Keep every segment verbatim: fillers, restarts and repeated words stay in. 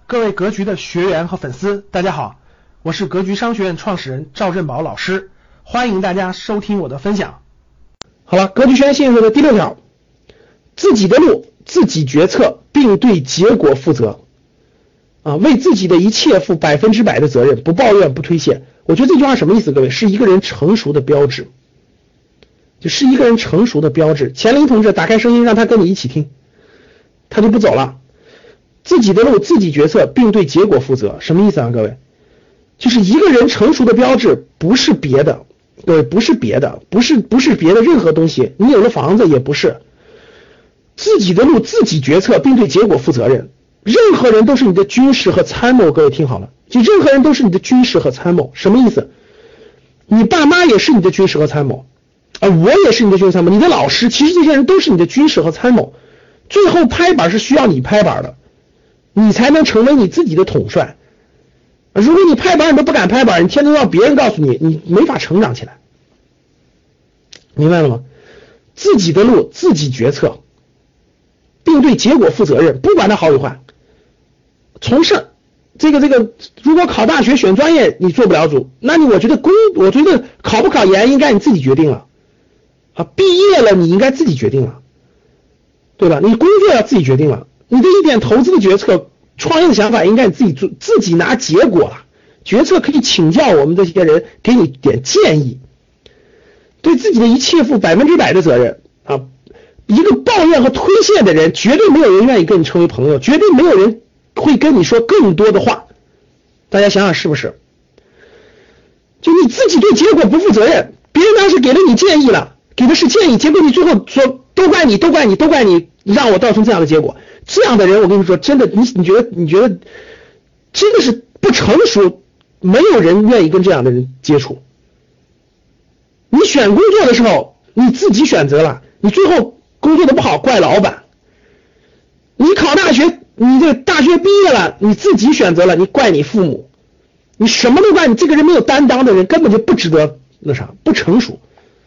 各位格局的学员和粉丝，大家好，我是格局商学院创始人赵振宝老师，欢迎大家收听我的分享。好了，格局学员信任的第六条，自己的路自己决策，并对结果负责啊，为自己的一切负百分之百的责任，不抱怨不推卸。我觉得这句话什么意思？各位，是一个人成熟的标志，就是一个人成熟的标志。钱林同志，打开声音让他跟你一起听，他就不走了。自己的路自己决策，并对结果负责，什么意思啊？各位，就是一个人成熟的标志不是别的，各位，不是别的，不是不是别的任何东西，你有了房子也不是。自己的路自己决策，并对结果负责任。任何人都是你的军师和参谋，各位听好了，就任何人都是你的军师和参谋，什么意思？你爸妈也是你的军师和参谋啊，我也是你的军师参谋，你的老师，其实这些人都是你的军师和参谋。最后拍板是需要你拍板的，你才能成为你自己的统帅。如果你拍板你都不敢拍板，你天天让别人告诉你，你没法成长起来，明白了吗？自己的路自己决策，并对结果负责任，不管它好与坏。从上这个这个，如果考大学选专业你做不了主，那你我觉得公，我觉得考不考研应该你自己决定了啊，毕业了你应该自己决定了，对吧？你工作要自己决定了，你的一点投资的决策、创业的想法应该你自己做，自己拿结果了。决策可以请教我们这些人，给你点建议。对自己的一切负百分之百的责任啊！一个抱怨和推卸的人，绝对没有人愿意跟你成为朋友，绝对没有人会跟你说更多的话。大家想想是不是？就你自己对结果不负责任，别人当时给了你建议了，给的是建议，结果你最后说都怪你，都怪你，都怪你，让我造成这样的结果。这样的人，我跟你说，真的，你你觉得你觉得真的是不成熟，没有人愿意跟这样的人接触。你选工作的时候，你自己选择了，你最后工作的不好，怪老板。你考大学，你这大学毕业了，你自己选择了，你怪你父母。你什么都怪你，这个人没有担当的人，根本就不值得那啥，不成熟。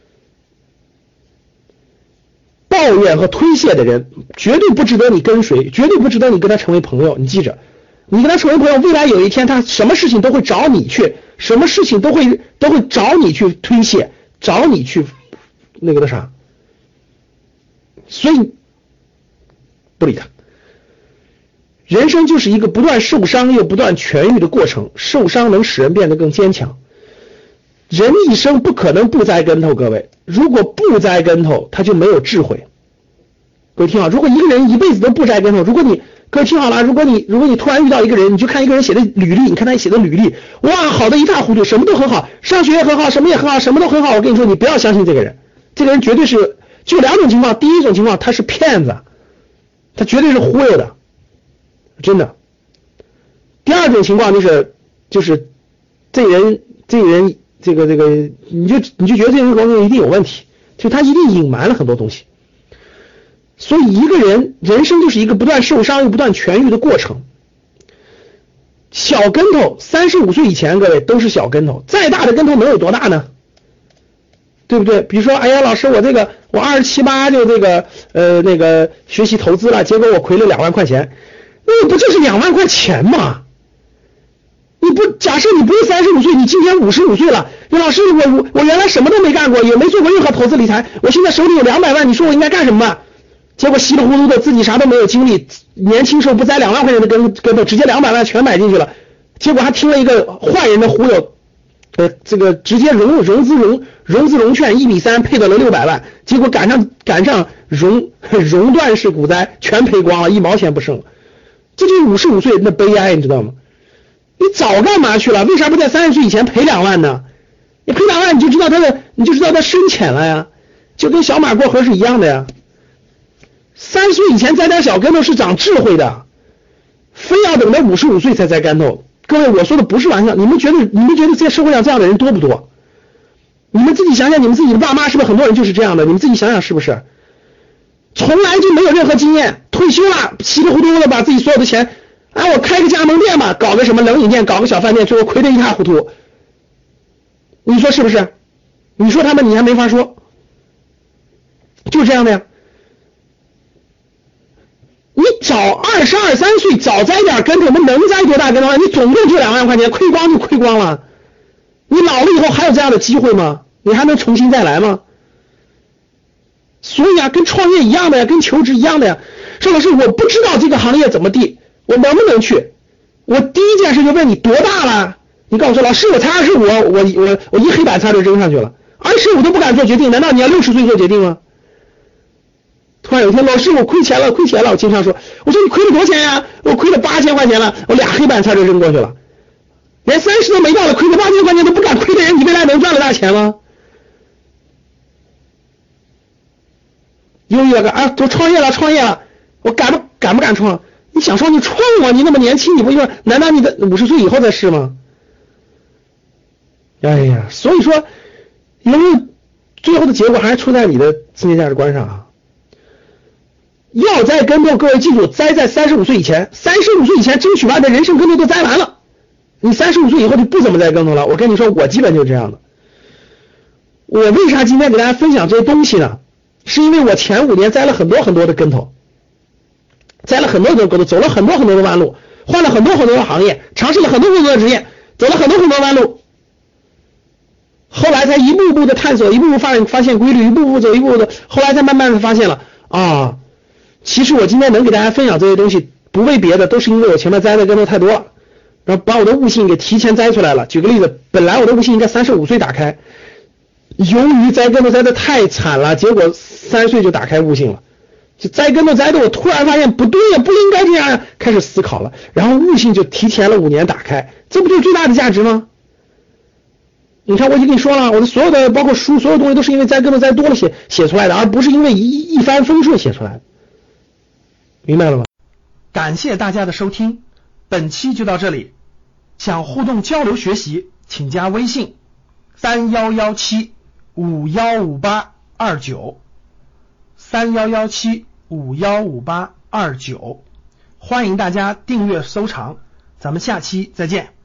抱怨和推卸的人绝对不值得你跟随，绝对不值得你跟他成为朋友。你记着，你跟他成为朋友，未来有一天他什么事情都会找你去，什么事情都会都会找你去推卸，找你去那个的啥，所以不理他。人生就是一个不断受伤又不断痊愈的过程，受伤能使人变得更坚强。人一生不可能不栽跟头，各位，如果不栽跟头，他就没有智慧。各位听好，如果一个人一辈子都不栽跟头，如果你各位听好了，如果你如果你突然遇到一个人，你就看一个人写的履历，你看他写的履历，哇，好的一塌糊涂，什么都很好，上学也很好，什么也很好，什么都很好。我跟你说，你不要相信这个人，这个人绝对是就两种情况，第一种情况他是骗子，他绝对是忽悠的，真的。第二种情况就是就是这人这个人这个这个你就你就觉得这人可能一定有问题，就他一定隐瞒了很多东西。所以一个人人生就是一个不断受伤又不断痊愈的过程。小跟头，三十五岁以前各位都是小跟头，再大的跟头能有多大呢？对不对？比如说，哎呀，老师，我这个我二十七八就这个呃那个学习投资了，结果我亏了两万块钱，那不就是两万块钱吗？你不假设你不是三十五岁，你今年五十五岁了，你老师我我我原来什么都没干过，也没做过任何投资理财，我现在手里有两百万，你说我应该干什么？结果稀里糊涂的自己啥都没有经历，年轻时候不栽两万块钱的跟跟头，直接两百万全买进去了，结果还听了一个坏人的忽悠，呃，这个直接融融资融融资融券一比三配到了六百万，结果赶上赶上熔熔断式股灾，全赔光了，一毛钱不剩了。这就是五十五岁人的悲哀，你知道吗？你早干嘛去了？为啥不在三十岁以前赔两万呢？你赔两万你就知道他的，你就知道他深浅了呀，就跟小马过河是一样的呀。三十岁以前栽点小跟头是长智慧的，非要等到五十五岁才栽跟头。各位，我说的不是玩笑，你们觉得你们觉得在社会上这样的人多不多？你们自己想想，你们自己的爸妈是不是很多人就是这样的？你们自己想想是不是？从来就没有任何经验，退休了稀里糊涂的把自己所有的钱，啊，我开个加盟店吧，搞个什么冷饮店，搞个小饭店，最后亏得一塌糊涂。你说是不是？你说他们你还没法说，就这样的呀。 你早二十二三岁早栽点跟头，我们能栽多大跟头？你总共就两万块钱，亏光就亏光了。你老了以后还有这样的机会吗？你还能重新再来吗？所以啊，跟创业一样的呀，跟求职一样的呀。说老师，我不知道这个行业怎么地，我能不能去？我第一件事就问你多大了？你告诉我说，老师，我才二十五，我我我一黑板擦就扔上去了，二十五都不敢做决定，难道你要六十岁做决定吗？突然有一天，老师，我亏钱了，亏钱了。我经常说，我说你亏了多少钱呀？我亏了八千块钱了，我俩黑板擦就扔过去了。连三十都没到了，亏了八千块钱都不敢亏的人，你未来能赚了大钱吗？犹豫了个啊，都创业了，创业了，我敢不敢不敢创？你想创你创啊！你那么年轻，你不说，难道你的五十岁以后再试吗？哎呀，所以说，因为最后的结果还是出在你的资金价值观上啊。要栽跟头，各位记住，栽在三十五岁以前，三十五岁以前争取把你的人生跟头都栽完了。你三十五岁以后就不怎么栽跟头了。我跟你说，我基本就这样的。我为啥今天给大家分享这些东西呢？是因为我前五年栽了很多很多的跟头，栽了很多很多跟头，走了很多很多的弯路，换了很多很多的行业，尝试了很多很多的职业，走了很多很多弯路，后来才一步步的探索，一步步发现发现规律，一步步走，一步步的，后来才慢慢的发现了啊。其实我今天能给大家分享这些东西，不为别的，都是因为我前面栽的跟头太多了，然后把我的悟性给提前栽出来了。举个例子，本来我的悟性应该三十五岁打开，由于栽跟头栽的太惨了，结果三十岁就打开悟性了。就栽跟头栽的，我突然发现不对呀，不应该这样呀，开始思考了，然后悟性就提前了五年打开，这不就是最大的价值吗？你看，我已经跟你说了，我的所有的包括书，所有东西都是因为栽跟头栽多了写写出来的，而不是因为一一帆风顺写出来的。明白了吗？感谢大家的收听，本期就到这里。想互动交流学习，请加微信三幺幺七五幺五八二九三幺幺七五幺五八二九，欢迎大家订阅收藏，咱们下期再见。